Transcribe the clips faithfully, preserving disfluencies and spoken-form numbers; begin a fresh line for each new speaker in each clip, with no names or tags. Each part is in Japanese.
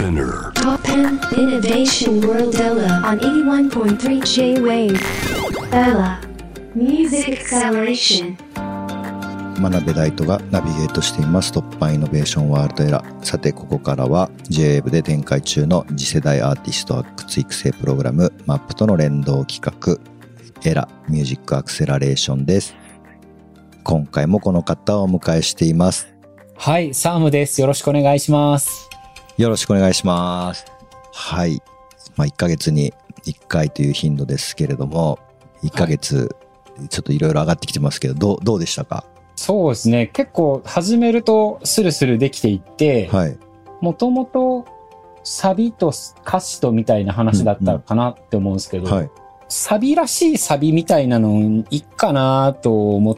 Spinner
Top テン Innovation World Ella on エイティワンポイントスリー J-Wave Ella Music Acceleration
真鍋大斗がナビゲートしています突破イノベーションワールドエラ。さてここからは J-Wave で展開中の次世代アーティスト発掘育成プログラム マップ との連動企画エラミュージックアクセラレーションです。今回もこの方をお迎えしています。
はい、サームです。よろしくお願いします。
よろしくお願いします。はい、まあ、いっかげつにいっかいという頻度ですけれどもいっかげつちょっといろいろ上がってきてますけど、どう、どうでしたか？
そうですね、結構始めるとスルスルできていって、もともとサビと歌詞とみたいな話だったかなって思うんですけど、うんうんはい、サビらしいサビみたいなのいいかなと思って、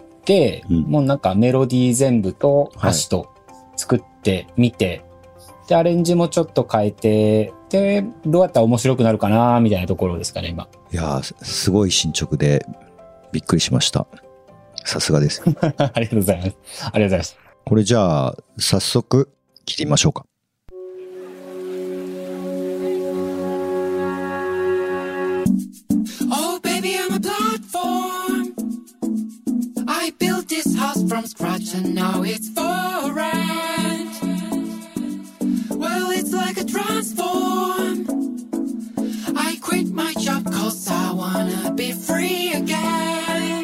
うん、もうなんかメロディー全部と歌詞と作ってみて、はい、でアレンジもちょっと変えて、でどうやったら面白くなるかなみたいなところですかね今。
いやーすごい進捗でびっくりしました。さすがです
ありがとうございます。ありがとうございます。
これじゃあ早速聞いてみましょうか。
Oh baby I'm a platform I built this house from scratch and now it's for rent Well it's like a transform I quit my job cause I wanna be free again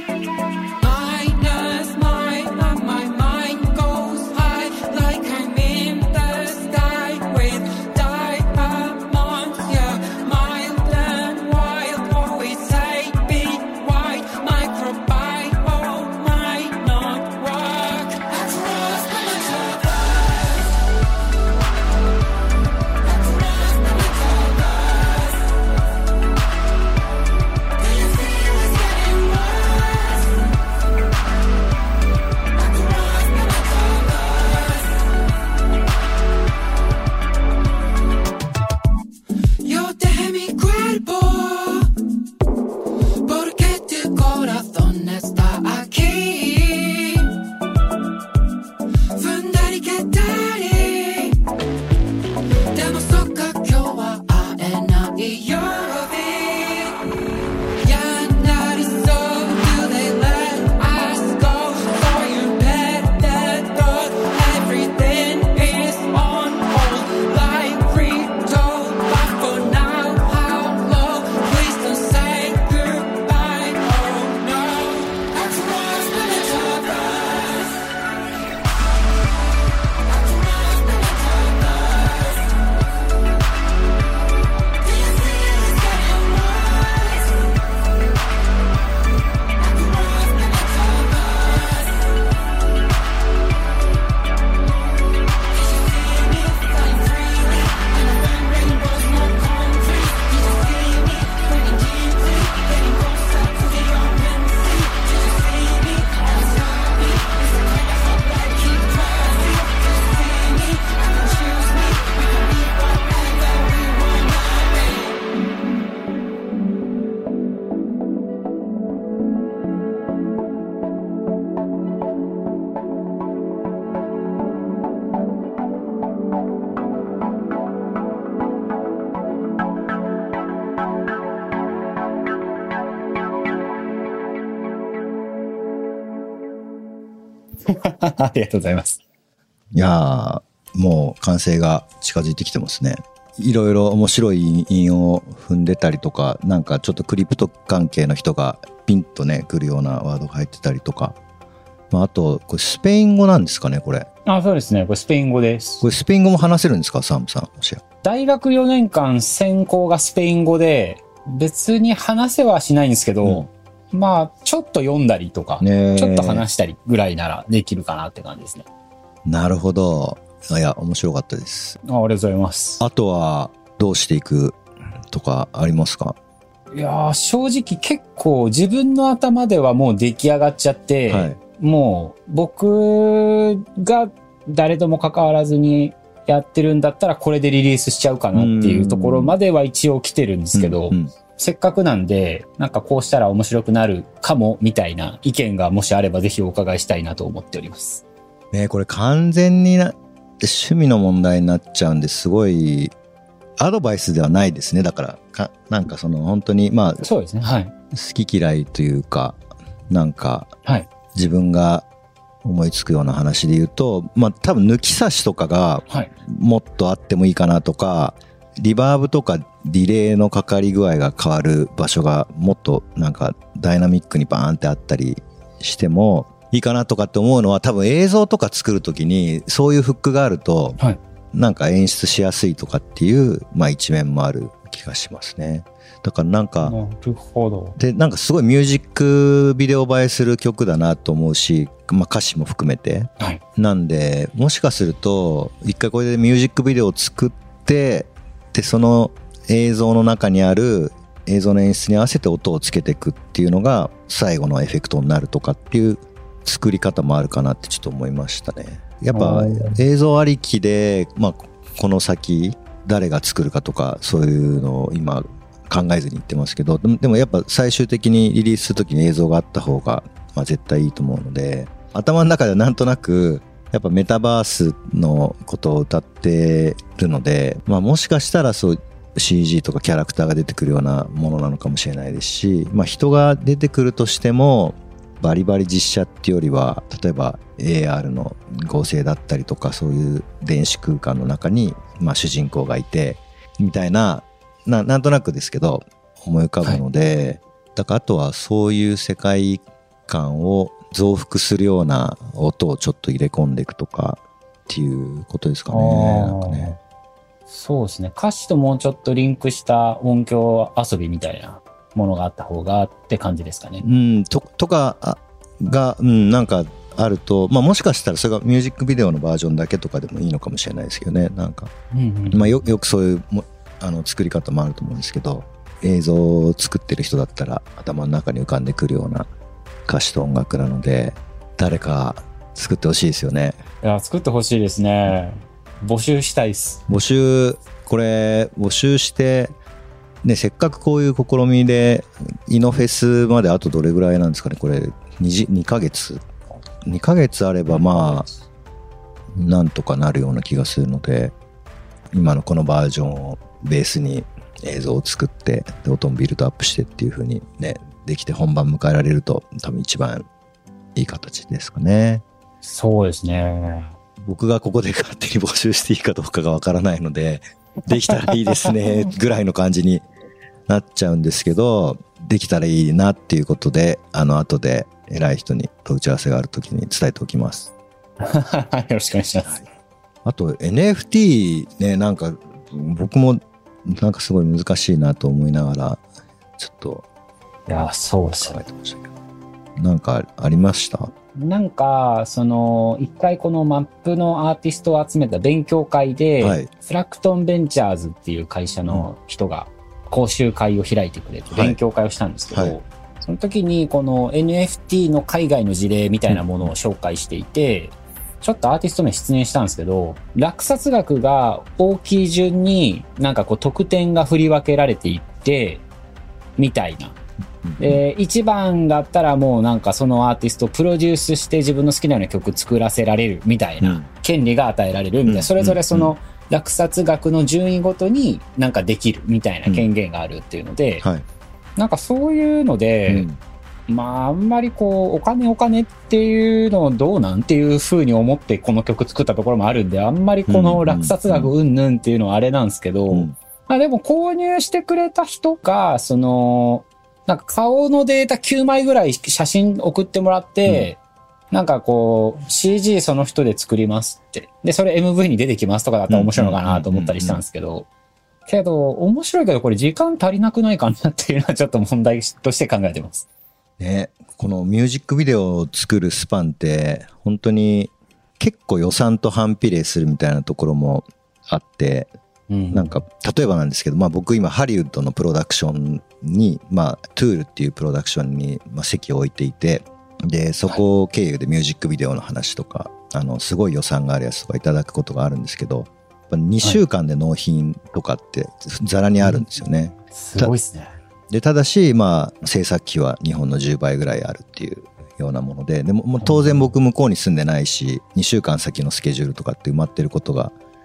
ありがとうございます。
いやーもう完成が近づいてきてますね。いろいろ面白い韻を踏んでたりとか、なんかちょっとクリプト関係の人がピンとねくるようなワードが入ってたりとか、まあ、あとこれスペイン語なんですかねこれ。
あ、そうですね、これスペイン語です。
これスペイン語も話せるんですかサムさん？もしや
大学よねんかん専攻がスペイン語で別に話せはしないんですけど、うん、まあちょっと読んだりとか、ね、ちょっと話したりぐらいならできるかなって感じですね。
なるほど。いや面白かったです。
あ, ありがとうございます。
あとはどうしていくとかありますか？
いや正直結構自分の頭ではもう出来上がっちゃって、はい、もう僕が誰とも関わらずにやってるんだったらこれでリリースしちゃうかなっていうところまでは一応来てるんですけど、うんうん、せっかくなんでなんかこうしたら面白くなるかもみたいな意見がもしあればぜひお伺いしたいなと思っております。
ね、これ完全にな趣味の問題になっちゃうんですごいアドバイスではないですね。だからかなんかその本当にまあ
そうですね、はい、
好き嫌いというかなんか自分が思いつくような話で言うと、まあ多分抜き差しとかがもっとあってもいいかなとか、リバーブとかディレイのかかり具合が変わる場所がもっとなんかダイナミックにバーンってあったりしてもいいかなとかって思うのは、多分映像とか作るときにそういうフックがあるとなんか演出しやすいとかっていうまあ一面もある気がしますね。だからなんか
なるほど。
でなんかすごいミュージックビデオ映えする曲だなと思うし、まあ、歌詞も含めて、はい、なんでもしかすると一回これでミュージックビデオを作ってでその映像の中にある映像の演出に合わせて音をつけていくっていうのが最後のエフェクトになるとかっていう作り方もあるかなってちょっと思いましたね。やっぱ映像ありきで、まあ、この先誰が作るかとかそういうのを今考えずに言ってますけど、でもやっぱ最終的にリリースするときに映像があった方がまあ絶対いいと思うので、頭の中ではなんとなくやっぱメタバースのことを歌ってるので、まあもしかしたらそう シージー とかキャラクターが出てくるようなものなのかもしれないですし、まあ人が出てくるとしてもバリバリ実写っていうよりは例えば エーアール の合成だったりとかそういう電子空間の中にまあ主人公がいてみたいなな, なんとなくですけど思い浮かぶので、はい、だからあとはそういう世界観を増幅するような音をちょっと入れ込んでいくとかっていうことですかね。なんかね、
そうですね。歌詞ともうちょっとリンクした音響遊びみたいなものがあった方がって感じですかね。
うん、と, とかが、うん、なんかあると、まあもしかしたらそれがミュージックビデオのバージョンだけとかでもいいのかもしれないですけどね。なんか、うんうん、まあ よ, よくそういうもあの作り方もあると思うんですけど、映像を作ってる人だったら頭の中に浮かんでくるような歌詞と音楽なので、誰か作ってほしいですよね。
いや作ってほしいですね。募集したいです。
募集これ募集してね、せっかくこういう試みでイノフェスまであとどれぐらいなんですかね。これ 2, 2ヶ月2ヶ月あればまあなんとかなるような気がするので、今のこのバージョンをベースに映像を作ってで音もビルドアップしてっていう風にねできて本番迎えられると多分一番いい形ですかね。
そうですね。
僕がここで勝手に募集していいかどうかがわからないのでできたらいいですねぐらいの感じになっちゃうんですけど、できたらいいなっていうことであの後で偉い人にと打ち合わせがあるときに伝えておきます。
よろしくお願いします。
あと エヌエフティー ね、なんか僕もなんかすごい難しいなと思いながらちょっと
いやそうです
考えてましたけど、なんかありました？
なんかその一回このマップのアーティストを集めた勉強会で、はい、フラクトンベンチャーズっていう会社の人が講習会を開いてくれて勉強会をしたんですけど、はいはい、その時にこの エヌエフティー の海外の事例みたいなものを紹介していて、うんちょっとアーティスト名失念したんですけど、落札額が大きい順になんかこう得点が振り分けられていって、みたいな。で、いちばんだったらもうなんかそのアーティストをプロデュースして自分の好きなような曲作らせられるみたいな、権利が与えられるみたいな、それぞれその落札額の順位ごとになんかできるみたいな権限があるっていうので、なんかそういうので、まああんまりこうお金お金っていうのどうなんっていう風に思ってこの曲作ったところもあるんで、あんまりこの落札額うんぬんっていうのはあれなんですけど、うん、まあでも購入してくれた人がそのなんか顔のデータきゅうまいぐらい写真送ってもらって、うん、なんかこう シージー その人で作りますってでそれ エムブイ に出てきますとかだったら面白いのかなと思ったりしたんですけど、けど面白いけどこれ時間足りなくないかなっていうのはちょっと問題として考えてます。
ね、このミュージックビデオを作るスパンって本当に結構予算と反比例するみたいなところもあって、うん、なんか例えばなんですけど、まあ僕今ハリウッドのプロダクションに、まあトゥールっていうプロダクションにまあ席を置いていて、でそこを経由でミュージックビデオの話とか、あのすごい予算があるやつとかいただくことがあるんですけど、にしゅうかんで納品とかってざらにあるんですよね。
うん、すごいですね。
でただし、まあ、制作費は日本のじゅうばいぐらいあるっていうようなもので、でも、もう当然僕向こうに住んでないし、にしゅうかん先のスケジュールとかって埋まってることが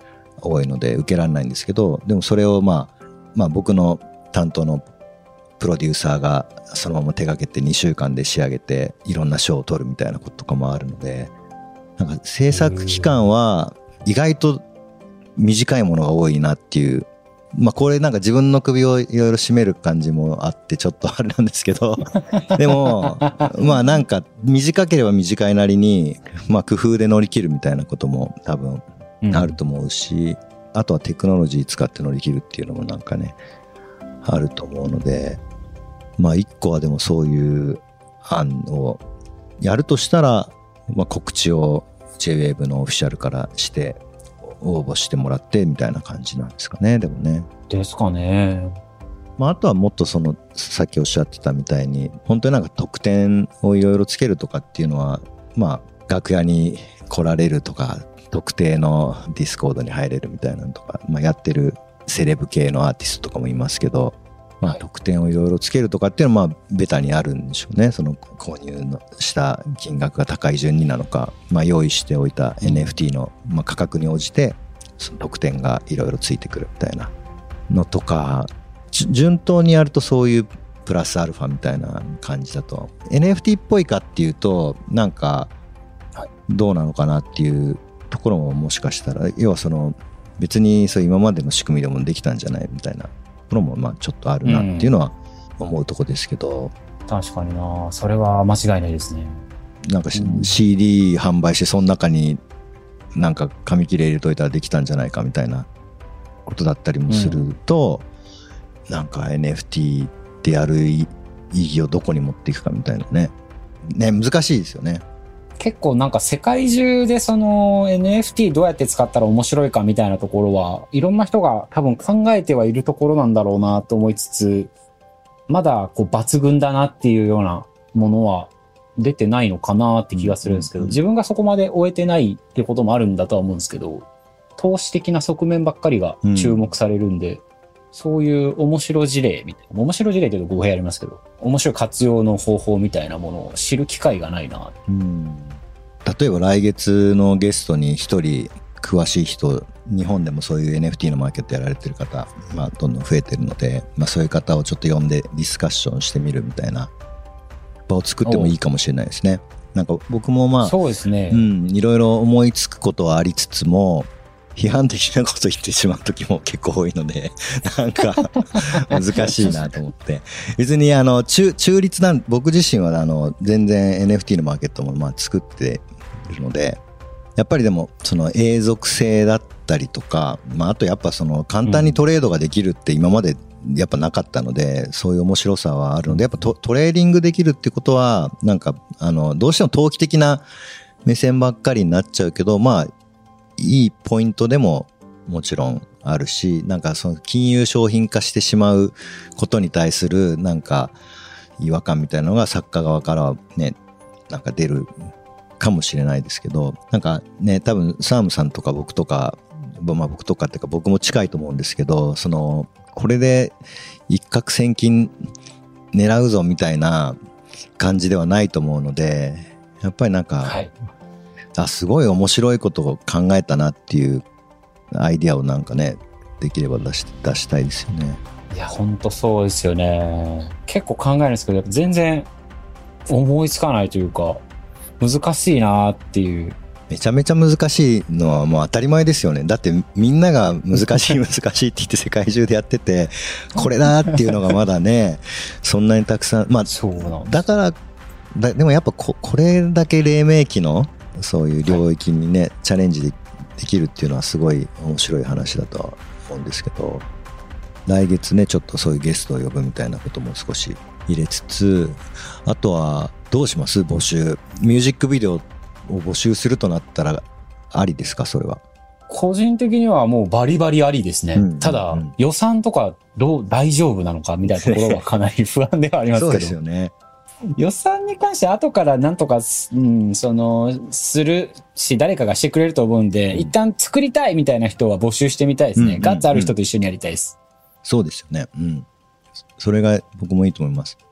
多いので受けられないんですけど、でもそれをまあ、まあ僕の担当のプロデューサーがそのまま手掛けてにしゅうかんで仕上げていろんな賞を取るみたいなこととかもあるので、なんか制作期間は意外と短いものが多いなっていう、まあこれなんか自分の首をいろいろ絞める感じもあってちょっとあれなんですけどでもまあなんか短ければ短いなりにまあ工夫で乗り切るみたいなことも多分あると思うし、あとはテクノロジー使って乗り切るっていうのもなんかねあると思うので、まあ一個はでもそういう案をやるとしたら、まあ告知を ジェイウェーブ のオフィシャルからして応募してもらってみたいな感じなんですかね。でもね。
ですかね。
まああとはもっとそのさっきおっしゃってたみたいに本当になんか特典をいろいろつけるとかっていうのは、まあ楽屋に来られるとか特定のディスコードに入れるみたいなのとか、まあやってるセレブ系のアーティストとかもいますけど、まあ特典をいろいろつけるとかっていうのはまあベタにあるんでしょうね。その購入のした金額が高い順になのか、まあ用意しておいた エヌエフティー のまあ価格に応じてその特典がいろいろついてくるみたいなのとか、順当にやるとそういうプラスアルファみたいな感じだと エヌエフティー っぽいかっていうとなんかどうなのかなっていうところももしかしたら、要はその別にそう今までの仕組みでもできたんじゃないみたいなところもまあちょっとあるなっていうのは思うとこですけど、
うん、確かにな、それは間違いないですね。
なんか シーディー 販売してその中になんか紙切れ入れといたらできたんじゃないかみたいなことだったりもすると、うん、なんか エヌエフティー ってやる意義をどこに持っていくかみたいなね、ね難しいですよね。
結構なんか世界中でその エヌエフティー どうやって使ったら面白いかみたいなところはいろんな人が多分考えてはいるところなんだろうなと思いつつ、まだこう抜群だなっていうようなものは出てないのかなって気がするんですけど、自分がそこまで終えてないってこともあるんだとは思うんですけど、投資的な側面ばっかりが注目されるんで、うん、そういう面白事例みたいな、面白事例というと語弊ありますけど、面白い活用の方法みたいなものを知る機会がないな。
うん、例えば来月のゲストに一人詳しい人、日本でもそういう エヌエフティー のマーケットやられてる方、まあ、どんどん増えてるので、まあ、そういう方をちょっと呼んでディスカッションしてみるみたいな場を作ってもいいかもしれないですね。なんか僕もまあ
そうですね、
うん、いろいろ思いつくことはありつつも批判的なこと言ってしまう時も結構多いのでなんか難しいなと思って別にあの 中, 中立なん僕自身はあの全然 エヌエフティー のマーケットもまあ作っているので、やっぱりでもその永続性だったりとか、まあ、あとやっぱその簡単にトレードができるって今までやっぱなかったので、そういう面白さはあるので、やっぱ ト, トレーディングできるってことはなんかあのどうしても投機的な目線ばっかりになっちゃうけど、まあいいポイントでももちろんあるし、なんかその金融商品化してしまうことに対するなんか違和感みたいなのが作家側からはねなんか出るかもしれないですけど、なんかね多分サームさんとか僕とか、まあ僕とかっていうか僕も近いと思うんですけど、そのこれで一攫千金狙うぞみたいな感じではないと思うので、やっぱりなんか、はい、あすごい面白いことを考えたなっていうアイディアをなんかねできれば出し、出したいですよね。
いや本当そうですよね。結構考えるんですけど全然思いつかないというか難しいなっていう。
めちゃめちゃ難しいのはもう当たり前ですよね。だってみんなが難しい難しいって言って世界中でやっててこれだっていうのがまだねそんなにたくさん、まあそうなんです。だからだでもやっぱ こ, これだけ黎明期のそういう領域にね、はい、チャレンジ で, できるっていうのはすごい面白い話だとは思うんですけど、来月ねちょっとそういうゲストを呼ぶみたいなことも少し入れつつ、あとはどうします募集、ミュージックビデオを募集するとなったらありですか？それは
個人的にはもうバリバリありですね、うんうんうん、ただ予算とかどう大丈夫なのかみたいなところはかなり不安ではありますけどそうですよね。予算に関して後からなんとか、うん、そのするし誰かがしてくれると思うんで、うん、一旦作りたいみたいな人は募集してみたいですね、うんうんうん、ガッツある人と一緒にやりたいです。
そうですよね、うん、それが僕もいいと思います。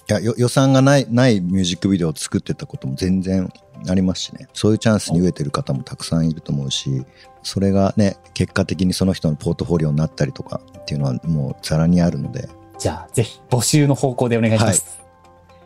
や予算がないないミュージックビデオを作ってたことも全然ありますしね。そういうチャンスに飢えてる方もたくさんいると思うし、それがね結果的にその人のポートフォリオになったりとかっていうのはもうざらにあるので、
じゃあぜひ募集の方向でお願いします、
はい、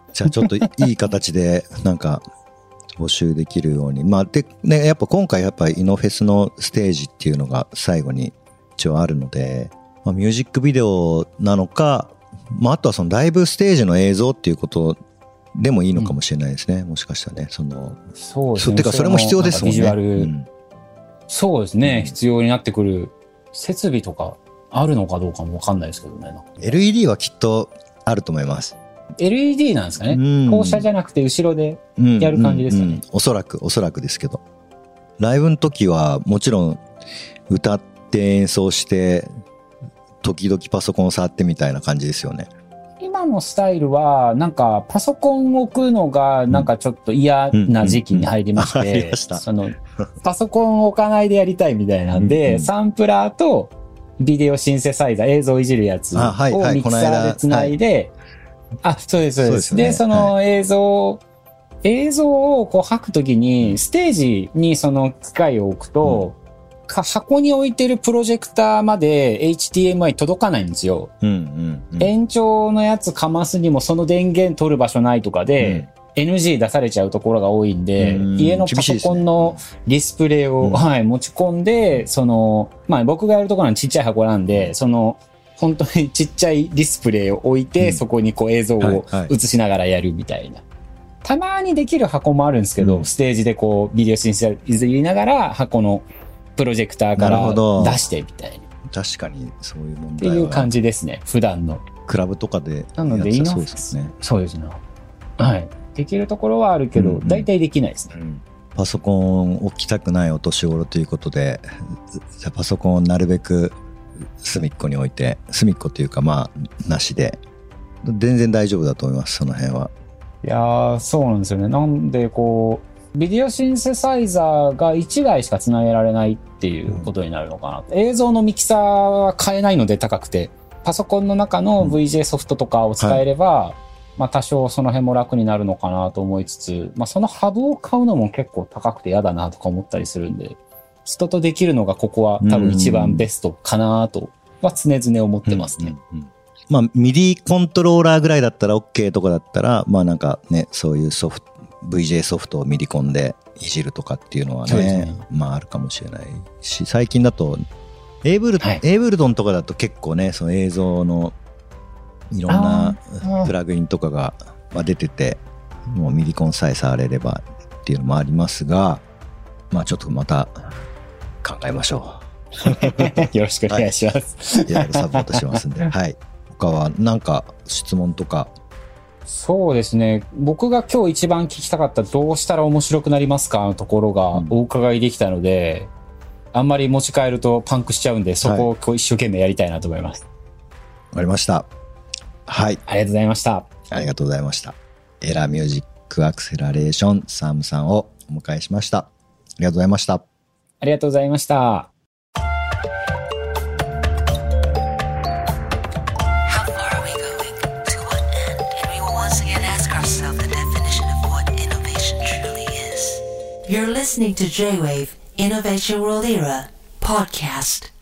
じゃあちょっといい形でなんか募集できるようにまあでね、やっぱ今回やっぱイノフェスのステージっていうのが最後に一応あるので、まあ、ミュージックビデオなのか、まあ、あとはそのライブステージの映像っていうことでもいいのかもしれないですね、うん、もしかしたらねその
そうですね、
てかそれも必要ですもんね。
ビジュアル、
うん、
そうですね、うん、必要になってくる設備とかあるのかどうかも分かんないですけどね。
エルイーディー はきっとあると思います。
エルイーディー なんですかね、うん、放射じゃなくて後ろでやる感じですかね、うんうんうん、
おそらくおそらくですけど、ライブの時はもちろん歌って演奏して時々パソコンを触ってみたいな感じですよね。
今のスタイルはなんかパソコンを置くのがなんかちょっと嫌な時期に入りまして、そのパソコンを置かないでやりたいみたいなんで、うんうん、サンプラーとビデオシンセサイザー、映像いじるやつをミキサーでつないで、あ、そうですそうです。で、その映像、映像をこう吐くときにステージにその機械を置くと、うん、か箱に置いてるプロジェクターまで エイチディーエムアイ 届かないんですよ、うんうんうん、延長のやつかますにもその電源取る場所ないとかで、うん、エヌジー 出されちゃうところが多いんで、うん、家のパソコンのディスプレイを、うん、はい、持ち込んで、その、まあ僕がやるところはちっちゃい箱なんで、その、本当にちっちゃいディスプレイを置いて、うん、そこにこう映像を映しながらやるみたいな。はいはい、たまにできる箱もあるんですけど、うん、ステージでこうビデオシンセいじりながら箱のプロジェクターから出してみたいな。
確かにそういう問題は
っていう感じですね、普段の。
クラブとかで
なのでいいのですね。そうですね。はい。できるところはあるけど、うんうん、大体できないですね。うん、
パソコンを置きたくないお年頃ということで、じゃパソコンをなるべく隅っこに置いて、隅っこというかまあなしで全然大丈夫だと思います、その辺は。
いやー、そうなんですよね。なんでこうビデオシンセサイザーがいちだいしかつなげられないっていうことになるのかな、うん、映像のミキサーは買えないので高くて、パソコンの中の ブイジェー ソフトとかを使えれば、うん、はい、まあ多少その辺も楽になるのかなと思いつつ、まあそのハブを買うのも結構高くて嫌だなとか思ったりするんで、人とできるのがここは多分一番ベストかなとは常々思ってますね。
うんうんうん、まあミディコントローラーぐらいだったら OK とかだったら、まあなんかね、そういうソフト、ブイジェー ソフトをミディコンでいじるとかっていうのは ね, ねまああるかもしれないし、最近だとエイブル、はい、エイブルドンとかだと結構ね、その映像のいろんなプラグインとかが出てて、もうミディコンさえ触れればっていうのもありますが、まあちょっとまた考えましょ
う。よろしくお願いします。
はい、いろいろサポートしますんで。はい。他は何か質問とか。
そうですね。僕が今日一番聞きたかったどうしたら面白くなりますかのところがお伺いできたので、うん、あんまり持ち帰るとパンクしちゃうんで、そこをこう一生懸命やりたいなと思います。わ、
はい、かりました。はい。
ありがとうございました。
ありがとうございました。エラーミュージックアクセラレーションサムさんをお迎えしました。ありがとうございました。
ありがとうございました。
You're listening to J-Wave Innovation World Era podcast.